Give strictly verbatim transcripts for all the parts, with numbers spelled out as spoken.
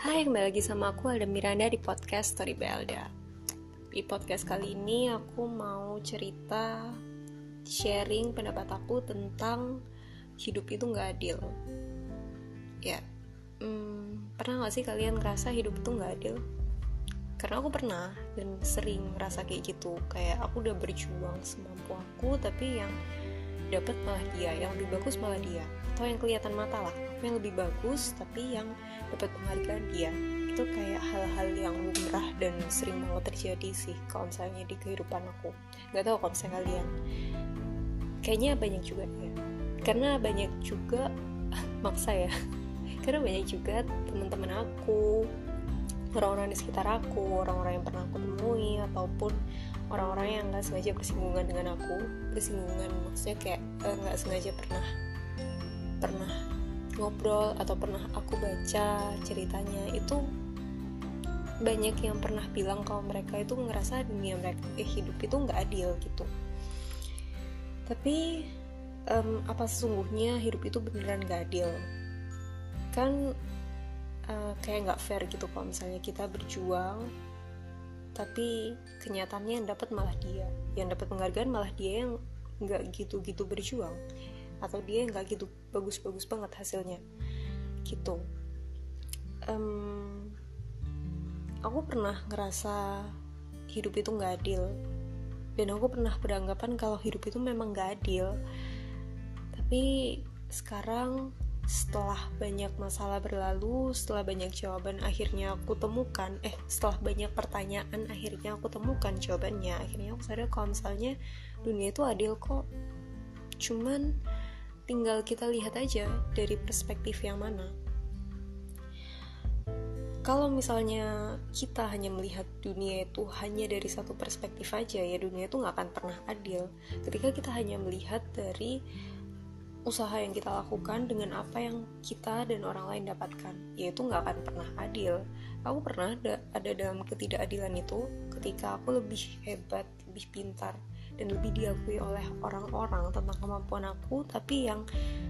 Hai, kembali lagi sama aku Alda Miranda di podcast Story by Alda. Di podcast kali ini aku mau cerita, sharing pendapat aku tentang hidup itu gak adil. Ya, hmm, pernah gak sih kalian ngerasa hidup itu gak adil? Karena aku pernah dan sering ngerasa kayak gitu. Kayak aku udah berjuang semampu aku, tapi yang dapat malah dia, yang lebih bagus malah dia, atau yang kelihatan mata lah, aku yang lebih bagus tapi yang dapat penghargaan dia. Itu kayak hal-hal yang lumrah dan sering banget terjadi sih kalau misalnya di kehidupan aku. Gak tahu kalau misalnya kalian, kayaknya banyak juga ya, karena banyak juga maksa ya karena banyak juga teman-teman aku, orang-orang di sekitar aku, orang-orang yang pernah aku temui, ataupun orang-orang yang gak sengaja bersinggungan dengan aku. Bersinggungan maksudnya kayak uh, gak sengaja pernah Pernah ngobrol atau pernah aku baca ceritanya. Itu banyak yang pernah bilang kalau mereka itu ngerasa dunia mereka eh, hidup itu gak adil gitu. Tapi um, apa sesungguhnya hidup itu beneran gak adil? Kan uh, kayak gak fair gitu kalau misalnya kita berjuang tapi kenyataannya yang dapat malah dia, yang dapat penghargaan malah dia yang nggak gitu-gitu berjuang, atau dia yang nggak gitu bagus-bagus banget hasilnya gitu. Um, aku pernah ngerasa hidup itu nggak adil, dan aku pernah beranggapan kalau hidup itu memang nggak adil. Tapi sekarang, setelah banyak masalah berlalu, setelah banyak jawaban akhirnya aku temukan, eh setelah banyak pertanyaan akhirnya aku temukan jawabannya. Akhirnya aku sadar kalau misalnya dunia itu adil kok. Cuman tinggal kita lihat aja dari perspektif yang mana. Kalau misalnya kita hanya melihat dunia itu hanya dari satu perspektif aja, ya dunia itu gak akan pernah adil. Ketika kita hanya melihat dari usaha yang kita lakukan dengan apa yang kita dan orang lain dapatkan, yaitu gak akan pernah adil. Aku pernah ada, ada dalam ketidakadilan itu ketika aku lebih hebat, lebih pintar, dan lebih diakui oleh orang-orang tentang kemampuan aku, tapi yang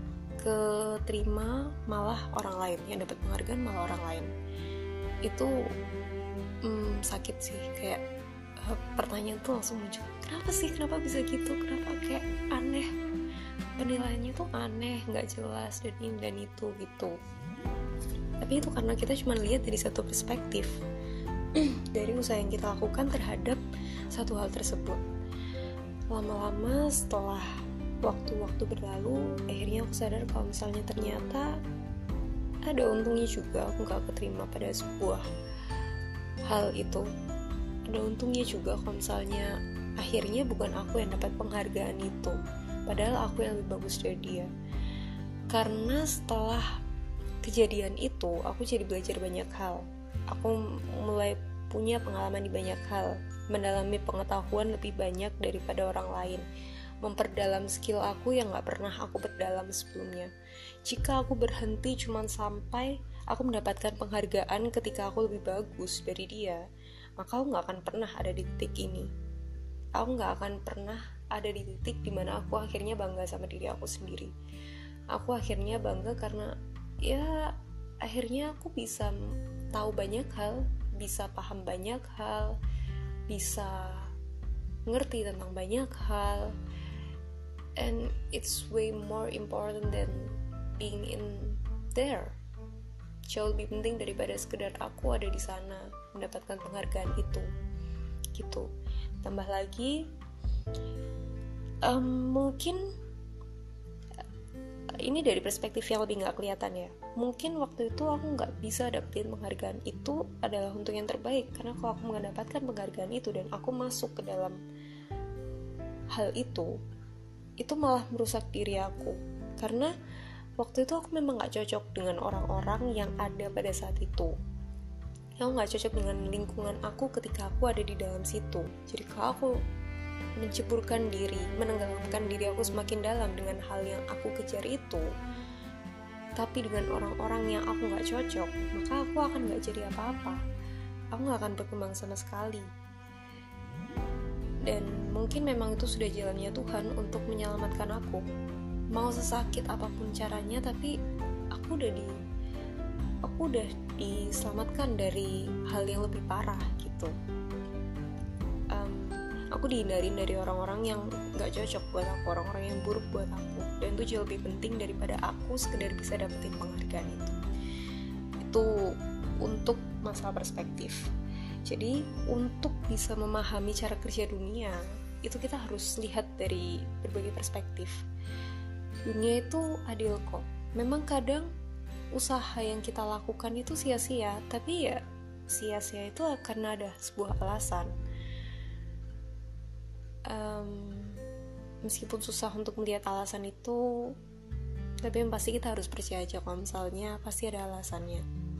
keterima malah orang lain, yang dapat penghargaan malah orang lain. Itu hmm, sakit sih, kayak uh, pertanyaan tuh langsung muncul, kenapa sih, kenapa bisa gitu, kenapa kayak aneh, penilaiannya tuh aneh, gak jelas, dan ini dan itu gitu. Tapi itu karena kita cuma lihat dari satu perspektif dari usaha yang kita lakukan terhadap satu hal tersebut. Lama-lama setelah waktu-waktu berlalu, akhirnya aku sadar kalau misalnya ternyata ada untungnya juga aku gak keterima pada sebuah hal itu. Ada untungnya juga kalau misalnya akhirnya bukan aku yang dapat penghargaan itu, padahal aku yang lebih bagus dari dia. Karena setelah kejadian itu, aku jadi belajar banyak hal. Aku mulai punya pengalaman di banyak hal, mendalami pengetahuan lebih banyak daripada orang lain, memperdalam skill aku yang gak pernah aku perdalam sebelumnya. Jika aku berhenti cuma sampai aku mendapatkan penghargaan ketika aku lebih bagus dari dia, maka aku gak akan pernah ada di titik ini. Aku gak akan pernah ada di titik dimana aku akhirnya bangga sama diri aku sendiri. Aku akhirnya bangga karena ya akhirnya aku bisa tahu banyak hal, bisa paham banyak hal, bisa ngerti tentang banyak hal, and it's way more important than being in there. Jauh lebih penting daripada sekedar aku ada di sana mendapatkan penghargaan itu gitu. Tambah lagi um, mungkin ini dari perspektif yang lebih gak kelihatan ya. Mungkin waktu itu aku gak bisa dapetin penghargaan itu adalah untuk yang terbaik, karena kalau aku mendapatkan penghargaan itu dan aku masuk ke dalam hal itu, itu malah merusak diri aku. Karena waktu itu aku memang gak cocok dengan orang-orang yang ada pada saat itu. Aku gak cocok dengan lingkungan aku ketika aku ada di dalam situ. Jadi kalau aku menceburkan diri, menenggelamkan diri aku semakin dalam dengan hal yang aku kejar itu, tapi dengan orang-orang yang aku gak cocok, maka aku akan gak jadi apa-apa. Aku gak akan berkembang sama sekali. Dan mungkin memang itu sudah jalannya Tuhan untuk menyelamatkan aku. Mau sesakit apapun caranya, tapi aku udah di aku udah diselamatkan dari hal yang lebih parah gitu. um, aku dihindarin dari orang-orang yang gak cocok buat aku, orang-orang yang buruk buat aku, dan itu jauh lebih penting daripada aku sekedar bisa dapetin penghargaan itu. Itu untuk masalah perspektif. Jadi untuk bisa memahami cara kerja dunia, itu kita harus lihat dari berbagai perspektif. Dunia itu adil kok. Memang kadang usaha yang kita lakukan itu sia-sia, tapi ya sia-sia itu karena ada sebuah alasan. Um, meskipun susah untuk melihat alasan itu, tapi yang pasti kita harus percaya aja kalau misalnya pasti ada alasannya.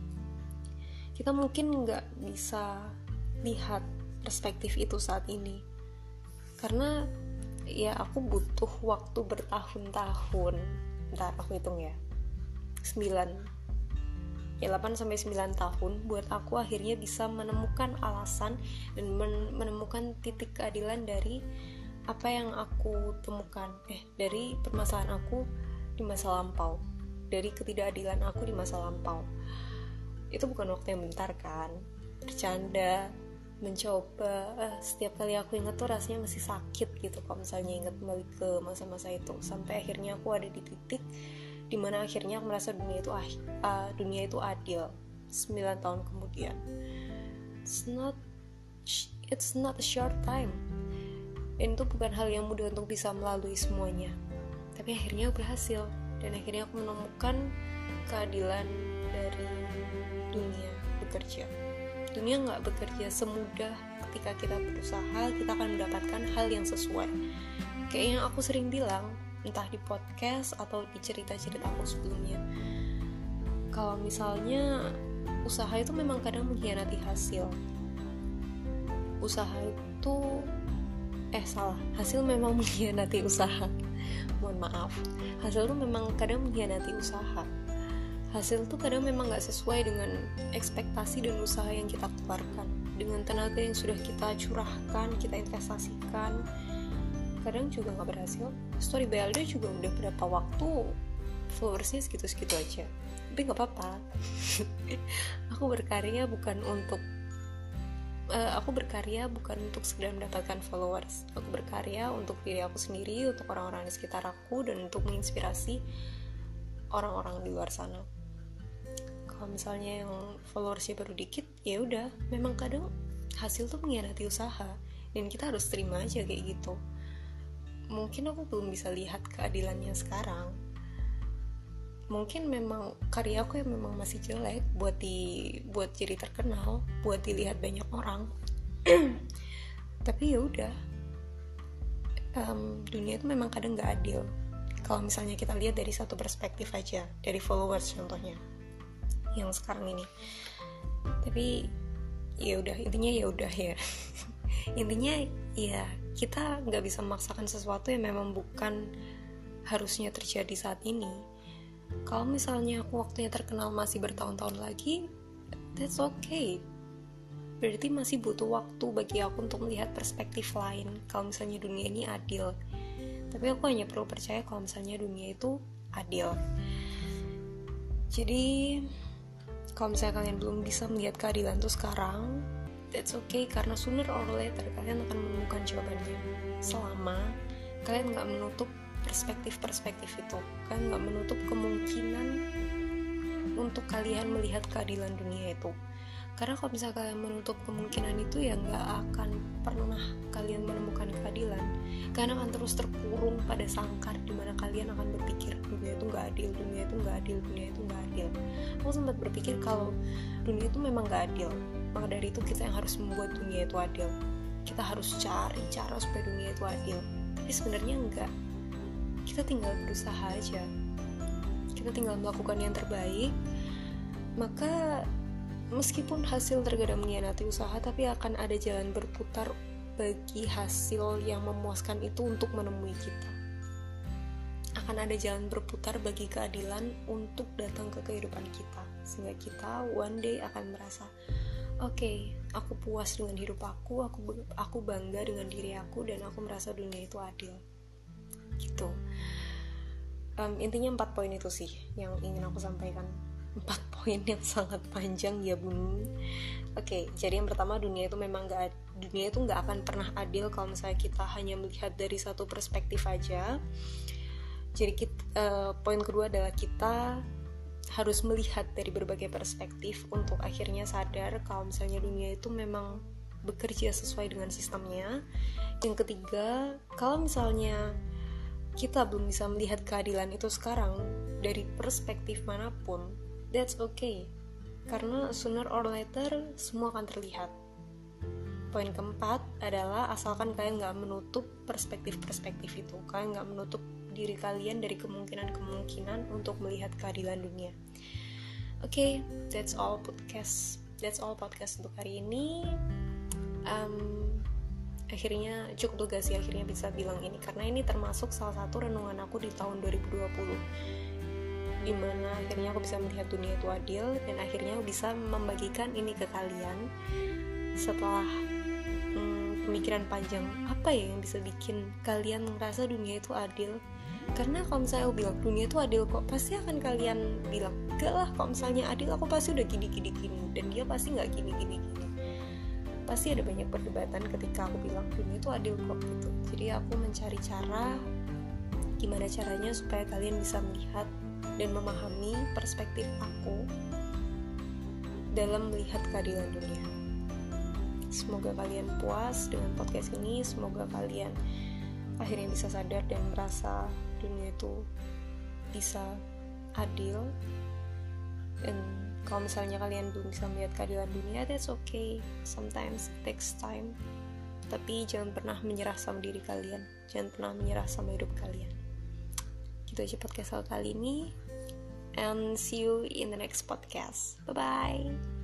Kita mungkin nggak bisa lihat perspektif itu saat ini, karena ya aku butuh waktu bertahun-tahun. Ntar aku hitung ya, sembilan ya delapan sampai sembilan tahun buat aku akhirnya bisa menemukan alasan dan men- menemukan titik keadilan dari apa yang aku temukan eh dari permasalahan aku di masa lampau, dari ketidakadilan aku di masa lampau. Itu bukan waktu yang bentar kan, bercanda, mencoba, eh, setiap kali aku ingat tuh rasanya masih sakit gitu kalau misalnya ingat kembali ke masa-masa itu, sampai akhirnya aku ada di titik dimana akhirnya aku merasa dunia itu uh, dunia itu adil sembilan tahun kemudian. It's not it's not a short time, dan itu bukan hal yang mudah untuk bisa melalui semuanya, tapi akhirnya berhasil, dan akhirnya aku menemukan keadilan dari dunia bekerja. Dunia nggak bekerja semudah. Ketika kita berusaha, kita akan mendapatkan hal yang sesuai. Kayak yang aku sering bilang, entah di podcast atau di cerita-cerita aku sebelumnya, kalau misalnya usaha itu memang kadang mengkhianati hasil. Usaha itu eh salah, hasil memang mengkhianati usaha. Mohon maaf, hasil itu memang kadang mengkhianati usaha. Hasil tuh kadang memang gak sesuai dengan ekspektasi dan usaha yang kita keluarkan, dengan tenaga yang sudah kita curahkan, kita investasikan. Kadang juga gak berhasil. Story B L D juga udah berapa waktu followersnya segitu-segitu aja, tapi gak apa-apa. Aku berkarya bukan untuk uh, Aku berkarya bukan untuk sekedar mendapatkan followers. Aku berkarya untuk diri aku sendiri, untuk orang-orang di sekitar aku, dan untuk menginspirasi orang-orang di luar sana. Kalau misalnya yang followersnya baru dikit, ya udah, memang kadang hasil tuh mengkhianati usaha, dan kita harus terima aja kayak gitu. Mungkin aku belum bisa lihat keadilannya sekarang. Mungkin memang karya aku yang memang masih jelek buat di buat jadi terkenal, buat dilihat banyak orang. Tapi ya udah, um, dunia itu memang kadang nggak adil. Kalau misalnya kita lihat dari satu perspektif aja, dari followers contohnya yang sekarang ini. Tapi ya udah, intinya ya udah ya. Intinya ya kita nggak bisa memaksakan sesuatu yang memang bukan harusnya terjadi saat ini. Kalau misalnya aku waktunya terkenal masih bertahun-tahun lagi, that's okay. Berarti masih butuh waktu bagi aku untuk melihat perspektif lain. Kalau misalnya dunia ini adil, tapi aku hanya perlu percaya kalau misalnya dunia itu adil. Jadi kalau misalnya kalian belum bisa melihat keadilan itu sekarang, that's okay, karena sooner or later kalian akan menemukan jawabannya. Selama kalian gak menutup perspektif-perspektif itu, kalian gak menutup kemungkinan untuk kalian melihat keadilan dunia itu. Karena kalau misalnya kalian menutup kemungkinan itu, ya gak akan pernah kalian menemukan keadilan. Kalian akan terus terkurung pada sangkar dimana kalian akan berpikir dunia itu gak adil, dunia itu gak adil, dunia itu gak adil. Aku sempat berpikir kalau dunia itu memang gak adil, maka dari itu kita yang harus membuat dunia itu adil. Kita harus cari cara supaya dunia itu adil. Tapi sebenarnya enggak. Kita tinggal berusaha aja. Kita tinggal melakukan yang terbaik. Maka meskipun hasil terkadang mengkhianati usaha, tapi akan ada jalan berputar bagi hasil yang memuaskan itu untuk menemui kita. Akan ada jalan berputar bagi keadilan untuk datang ke kehidupan kita, sehingga kita one day akan merasa, oke, okay, aku puas dengan hidup aku, aku aku bangga dengan diri aku, dan aku merasa dunia itu adil. Gitu. Um, intinya empat poin itu sih yang ingin aku sampaikan. Empat poin yang sangat panjang ya bun. Oke, jadi yang pertama, dunia itu memang gak, dunia itu nggak akan pernah adil kalau misalnya kita hanya melihat dari satu perspektif aja. Jadi kita, uh, poin kedua adalah kita harus melihat dari berbagai perspektif untuk akhirnya sadar kalau misalnya dunia itu memang bekerja sesuai dengan sistemnya. Yang ketiga, kalau misalnya kita belum bisa melihat keadilan itu sekarang dari perspektif manapun, that's okay, karena sooner or later semua akan terlihat. Poin keempat adalah asalkan kalian gak menutup perspektif-perspektif itu, kalian gak menutup diri kalian dari kemungkinan-kemungkinan untuk melihat keadilan dunia. Oke, okay, that's all podcast that's all podcast untuk hari ini. um, akhirnya cukup lega sih akhirnya bisa bilang ini, karena ini termasuk salah satu renungan aku di tahun dua ribu dua puluh, dimana akhirnya aku bisa melihat dunia itu adil, dan akhirnya aku bisa membagikan ini ke kalian setelah hmm, pemikiran panjang, apa ya yang bisa bikin kalian ngerasa dunia itu adil. Karena kalau misalnya aku bilang dunia itu adil kok, pasti akan kalian bilang, gak lah, kalau misalnya adil aku pasti udah gini-gini gini, dan dia pasti gak gini-gini gini. Pasti ada banyak perdebatan ketika aku bilang dunia itu adil kok gitu. Jadi aku mencari cara gimana caranya supaya kalian bisa melihat dan memahami perspektif aku dalam melihat keadilan dunia. Semoga kalian puas dengan podcast ini, semoga kalian akhirnya bisa sadar dan merasa dunia itu bisa adil. Dan kalau misalnya kalian belum bisa melihat keadilan dunia, that's okay, sometimes it takes time. Tapi jangan pernah menyerah sama diri kalian, jangan pernah menyerah sama hidup kalian. Gitu aja podcast kali ini, and see you in the next podcast. Bye bye.